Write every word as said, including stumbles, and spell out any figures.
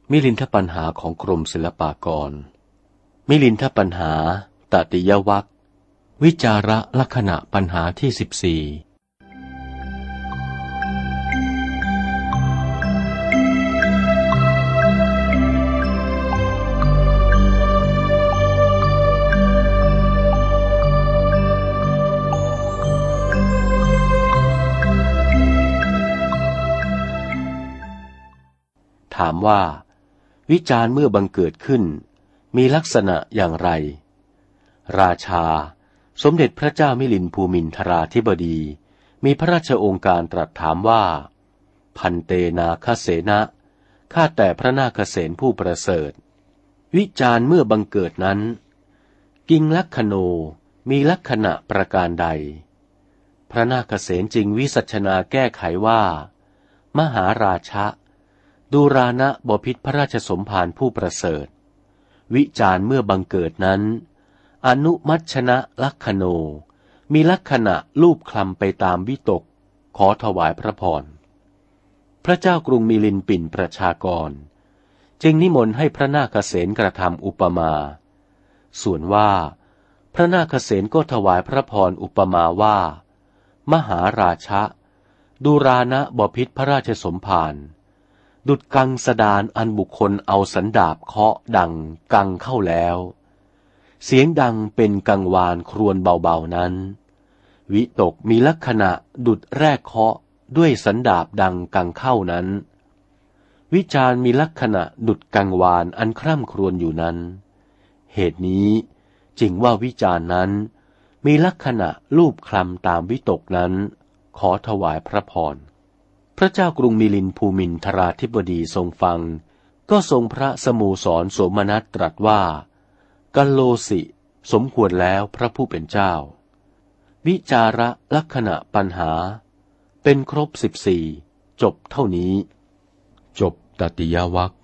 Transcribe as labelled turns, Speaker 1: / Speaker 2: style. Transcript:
Speaker 1: มิลินทปัญหาของกรมศิลปากรมิลินทปัญหาตติยวรรควิจาระลักษณะปัญหาที่สิบสี่ถามว่าวิจารณ์เมื่อบังเกิดขึ้นมีลักษณะอย่างไรราชาสมเด็จพระเจ้ามิลินภูมินทราธิบดีมีพระราชโองการตรัสถามว่าพันเตนาคเสนะข้าแต่พระนาคเสนผู้ประเสริฐวิจารณ์เมื่อบังเกิดนั้นกิงลักขโนมีลักษณะประการใดพระนาคเสนจึงวิสัชนาแก้ไขว่ามหาราชะดูรานะบพิตรพระราชสมภารผู้ประเสริฐวิจารณ์เมื่อบังเกิดนั้นอนุมัชนะลักขโนมีลักษณะลูบคลำไปตามวิตกขอถวายพระพรพระเจ้ากรุงมิลินปิ่นประชากรจึงนิมนต์ให้พระนาคเสนกระทำอุปมาส่วนว่าพระนาคเสนก็ถวายพระพรอุปมาว่ามหาราชะดูรานะบพิตรพระราชสมภารดุจกังสดานอันบุคคลเอาสันดาบเคาะดังกังเข้าแล้วเสียงดังเป็นกังวานครวญเบาๆนั้นวิตกมีลักษณะดุจแรกเคาะด้วยสันดาบดังกังเข้านั้นวิจารมีลักษณะดุจกังวานอันคร่ำครวญอยู่นั้นเหตุนี้จึงว่าวิจารนั้นมีลักษณะลูบคลำตามวิตกนั้นขอถวายพระพรพระเจ้ากรุงมิลินภูมินทราธิบดีทรงฟังก็ทรงพระสโมสรโสมนัสตรัสว่ากัลโลสิสมควรแล้วพระผู้เป็นเจ้าวิจาระลักษณะปัญหาเป็นครบสิบสี่จบเท่านี้จบตติยวรรค